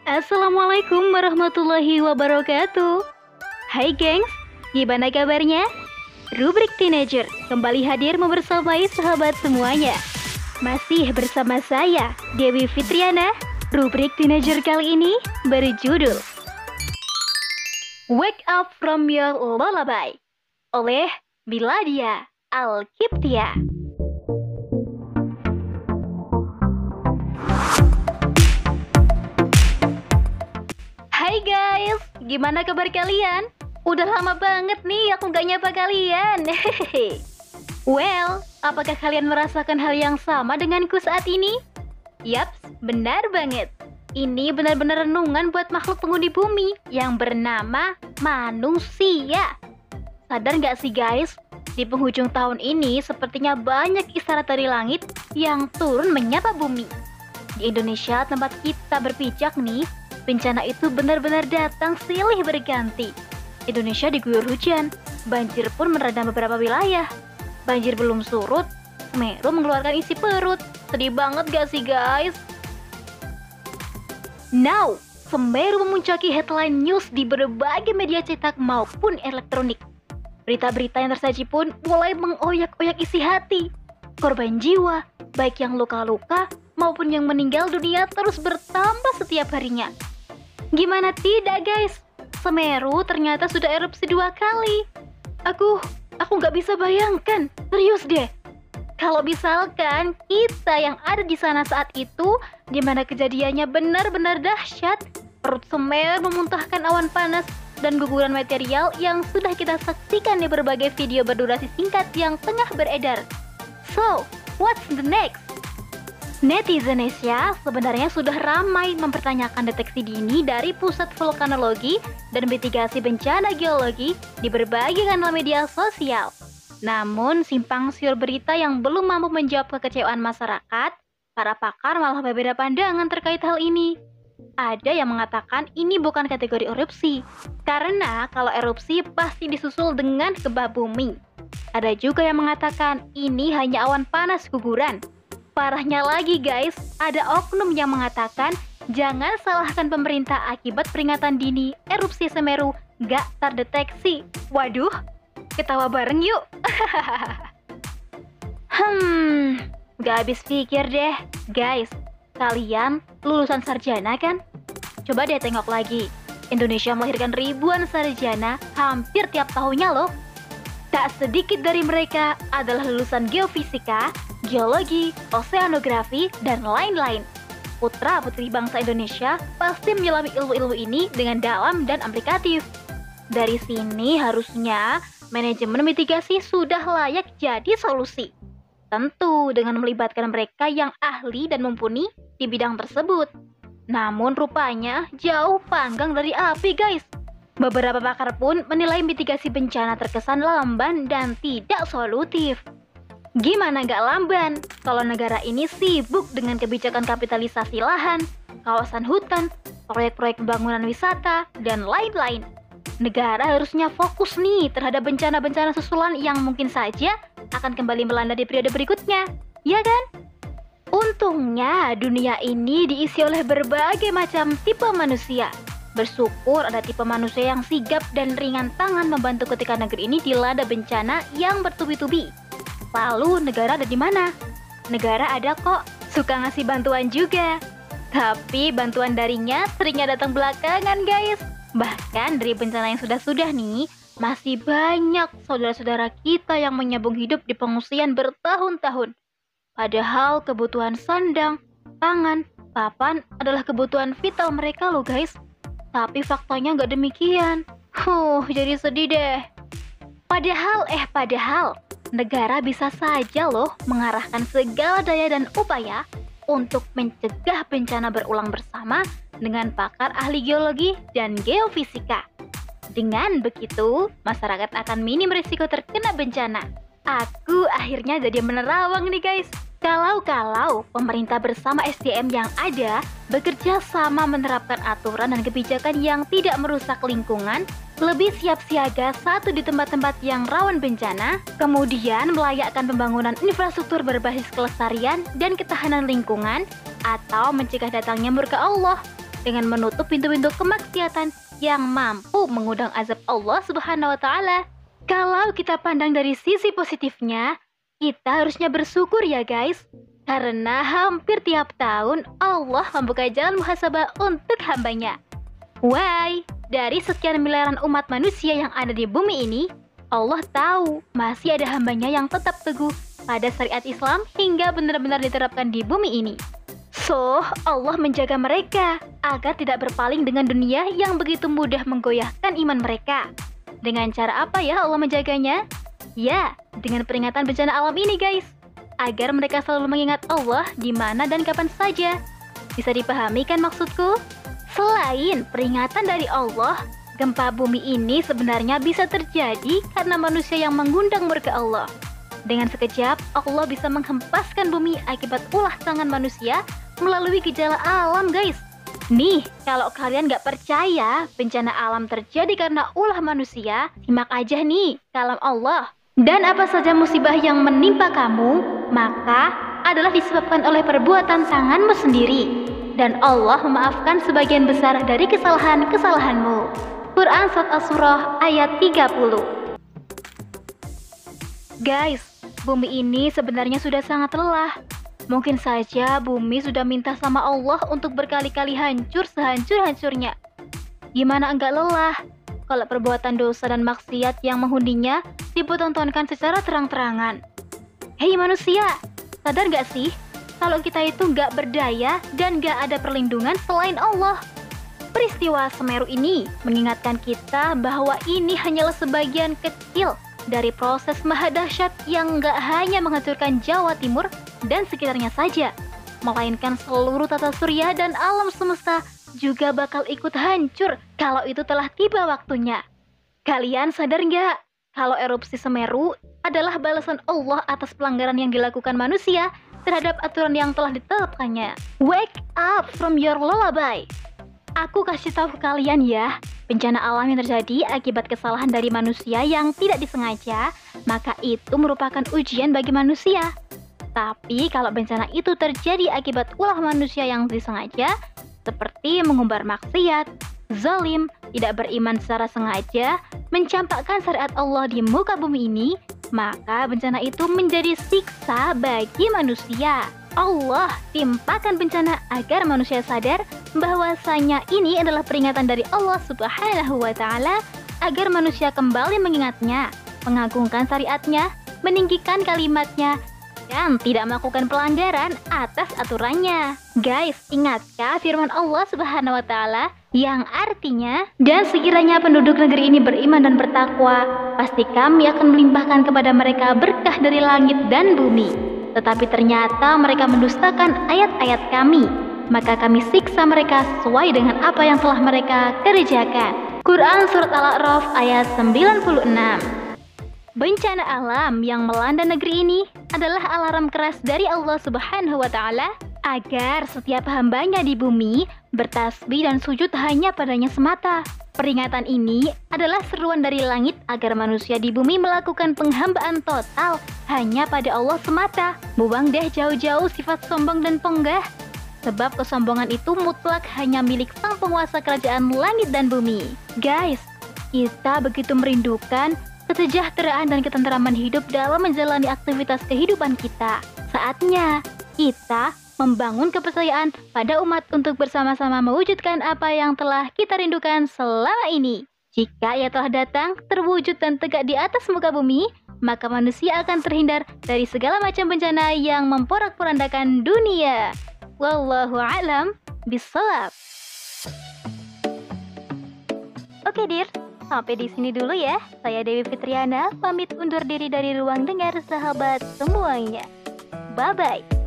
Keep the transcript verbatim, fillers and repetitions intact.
Assalamualaikum warahmatullahi wabarakatuh. Hai gengs, gimana kabarnya? Rubrik Teenager kembali hadir membersamai sahabat semuanya. Masih bersama saya, Dewi Fitriana. Rubrik Teenager kali ini berjudul Wake Up From Your Lullaby oleh Miladia Al-Kiptia. Hai guys, gimana kabar kalian? Udah lama banget nih aku gak nyapa kalian. Well, apakah kalian merasakan hal yang sama denganku saat ini? Yaps, benar banget. Ini benar-benar renungan buat makhluk penghuni bumi yang bernama manusia. Sadar gak sih guys? Di penghujung tahun ini sepertinya banyak isyarat dari langit yang turun menyapa bumi. Di Indonesia tempat kita berpijak nih, bencana itu benar-benar datang silih berganti. Indonesia diguyur hujan, banjir pun merendam beberapa wilayah. Banjir belum surut, Semeru mengeluarkan isi perut. Sedih banget gak sih guys? Now, Semeru memuncaki headline news di berbagai media cetak maupun elektronik. Berita-berita yang tersaji pun mulai mengoyak-oyak isi hati. Korban jiwa, baik yang luka-luka maupun yang meninggal dunia terus bertambah setiap harinya. Gimana tidak guys? Semeru ternyata sudah erupsi dua kali. Aku, aku gak bisa bayangkan. Serius deh. Kalau misalkan kita yang ada di sana saat itu, di mana kejadiannya benar-benar dahsyat, perut Semeru memuntahkan awan panas dan guguran material yang sudah kita saksikan di berbagai video berdurasi singkat yang tengah beredar. So, what's the next? Netizen Indonesia sebenarnya sudah ramai mempertanyakan deteksi dini dari Pusat Vulkanologi dan Mitigasi Bencana Geologi di berbagai kanal media sosial. Namun, simpang siur berita yang belum mampu menjawab kekecewaan masyarakat, para pakar malah berbeda pandangan terkait hal ini. Ada yang mengatakan ini bukan kategori erupsi, karena kalau erupsi pasti disusul dengan kebah bumi. Ada juga yang mengatakan ini hanya awan panas guguran. Parahnya lagi guys, ada oknum yang mengatakan jangan salahkan pemerintah akibat peringatan dini erupsi Semeru gak terdeteksi. Waduh, ketawa bareng yuk. Hmm, gak habis pikir deh. Guys, kalian lulusan sarjana kan? Coba deh tengok lagi. Indonesia melahirkan ribuan sarjana hampir tiap tahunnya loh. Tak sedikit dari mereka adalah lulusan geofisika, geologi, oseanografi, dan lain-lain. Putra-putri bangsa Indonesia pasti menyelami ilmu-ilmu ini dengan dalam dan aplikatif. Dari sini harusnya manajemen mitigasi sudah layak jadi solusi. Tentu dengan melibatkan mereka yang ahli dan mumpuni di bidang tersebut. Namun rupanya jauh panggang dari api guys. Beberapa pakar pun menilai mitigasi bencana terkesan lamban dan tidak solutif. Gimana gak lamban kalau negara ini sibuk dengan kebijakan kapitalisasi lahan, kawasan hutan, proyek-proyek pembangunan wisata, dan lain-lain. Negara harusnya fokus nih terhadap bencana-bencana susulan yang mungkin saja akan kembali melanda di periode berikutnya, ya kan? Untungnya dunia ini diisi oleh berbagai macam tipe manusia. Bersyukur ada tipe manusia yang sigap dan ringan tangan membantu ketika negeri ini dilanda bencana yang bertubi-tubi. Lalu negara ada di mana? Negara ada kok, suka ngasih bantuan juga. Tapi bantuan darinya seringnya datang belakangan guys. Bahkan dari bencana yang sudah-sudah nih, masih banyak saudara-saudara kita yang menyambung hidup di pengungsian bertahun-tahun. Padahal kebutuhan sandang, pangan, papan adalah kebutuhan vital mereka loh guys. Tapi faktanya nggak demikian. Huh, jadi sedih deh. Padahal, eh padahal, negara bisa saja loh mengarahkan segala daya dan upaya untuk mencegah bencana berulang bersama dengan pakar ahli geologi dan geofisika. Dengan begitu, masyarakat akan minim risiko terkena bencana. Aku akhirnya jadi menerawang nih guys. Kalau-kalau pemerintah bersama S D M yang ada bekerja sama menerapkan aturan dan kebijakan yang tidak merusak lingkungan, lebih siap siaga satu di tempat-tempat yang rawan bencana, kemudian melayakkan pembangunan infrastruktur berbasis kelestarian dan ketahanan lingkungan, atau mencegah datangnya murka Allah, dengan menutup pintu-pintu kemaksiatan yang mampu mengundang azab Allah Subhanahu wa taala. Kalau kita pandang dari sisi positifnya, kita harusnya bersyukur ya guys. Karena hampir tiap tahun Allah membuka jalan muhasabah untuk hambanya. Why? Dari sekian miliaran umat manusia yang ada di bumi ini, Allah tahu masih ada hambanya yang tetap teguh pada syariat Islam hingga benar-benar diterapkan di bumi ini. So, Allah menjaga mereka agar tidak berpaling dengan dunia yang begitu mudah menggoyahkan iman mereka. Dengan cara apa ya Allah menjaganya? Ya, dengan peringatan bencana alam ini guys. Agar mereka selalu mengingat Allah di mana dan kapan saja. Bisa dipahami kan maksudku? Selain peringatan dari Allah, gempa bumi ini sebenarnya bisa terjadi karena manusia yang mengundang murka Allah. Dengan sekejap, Allah bisa menghempaskan bumi akibat ulah tangan manusia melalui gejala alam guys. Nih, kalau kalian gak percaya bencana alam terjadi karena ulah manusia, simak aja nih kalam Allah. Dan apa saja musibah yang menimpa kamu, maka adalah disebabkan oleh perbuatan tanganmu sendiri. Dan Allah memaafkan sebagian besar dari kesalahan-kesalahanmu. Quran Surat Asy-Syurah ayat tiga puluh. Guys, bumi ini sebenarnya sudah sangat lelah. Mungkin saja bumi sudah minta sama Allah untuk berkali-kali hancur sehancur-hancurnya. Gimana enggak lelah kalau perbuatan dosa dan maksiat yang menghundinya dipertontonkan secara terang-terangan? Hei manusia, sadar gak sih kalau kita itu gak berdaya dan gak ada perlindungan selain Allah? Peristiwa Semeru ini mengingatkan kita bahwa ini hanyalah sebagian kecil dari proses maha dahsyat yang gak hanya menghancurkan Jawa Timur dan sekitarnya saja, melainkan seluruh tata surya dan alam semesta juga bakal ikut hancur kalau itu telah tiba waktunya. Kalian sadar nggak kalau erupsi Semeru adalah balasan Allah atas pelanggaran yang dilakukan manusia terhadap aturan yang telah ditetapkannya? Wake up from your lullaby. Aku kasih tahu kalian ya, bencana alam yang terjadi akibat kesalahan dari manusia yang tidak disengaja, maka itu merupakan ujian bagi manusia. Tapi kalau bencana itu terjadi akibat ulah manusia yang disengaja, seperti mengumbar maksiat, zalim, tidak beriman secara sengaja, mencampakkan syariat Allah di muka bumi ini, maka bencana itu menjadi siksa bagi manusia. Allah timpakan bencana agar manusia sadar bahwasanya ini adalah peringatan dari Allah Subhanahu wa taala agar manusia kembali mengingatnya, mengagungkan syariatnya, meninggikan kalimatnya, dan tidak melakukan pelanggaran atas aturannya. Guys, ingatkah firman Allah Subhanahu wa taala yang artinya, dan sekiranya penduduk negeri ini beriman dan bertakwa, pasti kami akan melimpahkan kepada mereka berkah dari langit dan bumi. Tetapi ternyata mereka mendustakan ayat-ayat kami, maka kami siksa mereka sesuai dengan apa yang telah mereka kerjakan. Quran Surat Al-A'raf ayat sembilan puluh enam. Bencana alam yang melanda negeri ini adalah alarm keras dari Allah Subhanahu wa taala agar setiap hambanya di bumi bertasbih dan sujud hanya padanya semata. Peringatan ini adalah seruan dari langit agar manusia di bumi melakukan penghambaan total hanya pada Allah semata. Buang deh jauh-jauh sifat sombong dan penggah, sebab kesombongan itu mutlak hanya milik sang penguasa kerajaan langit dan bumi. Guys, kita begitu merindukan kesejahteraan dan ketentraman hidup dalam menjalani aktivitas kehidupan kita. Saatnya kita membangun kepercayaan pada umat untuk bersama-sama mewujudkan apa yang telah kita rindukan selama ini. Jika ia telah datang, terwujud dan tegak di atas muka bumi, maka manusia akan terhindar dari segala macam bencana yang memporak-porandakan dunia. Wallahu a'lam bishawab. Oke, Dir. Sampai di sini dulu ya. Saya Dewi Fitriana, pamit undur diri dari ruang dengar sahabat semuanya. Bye-bye.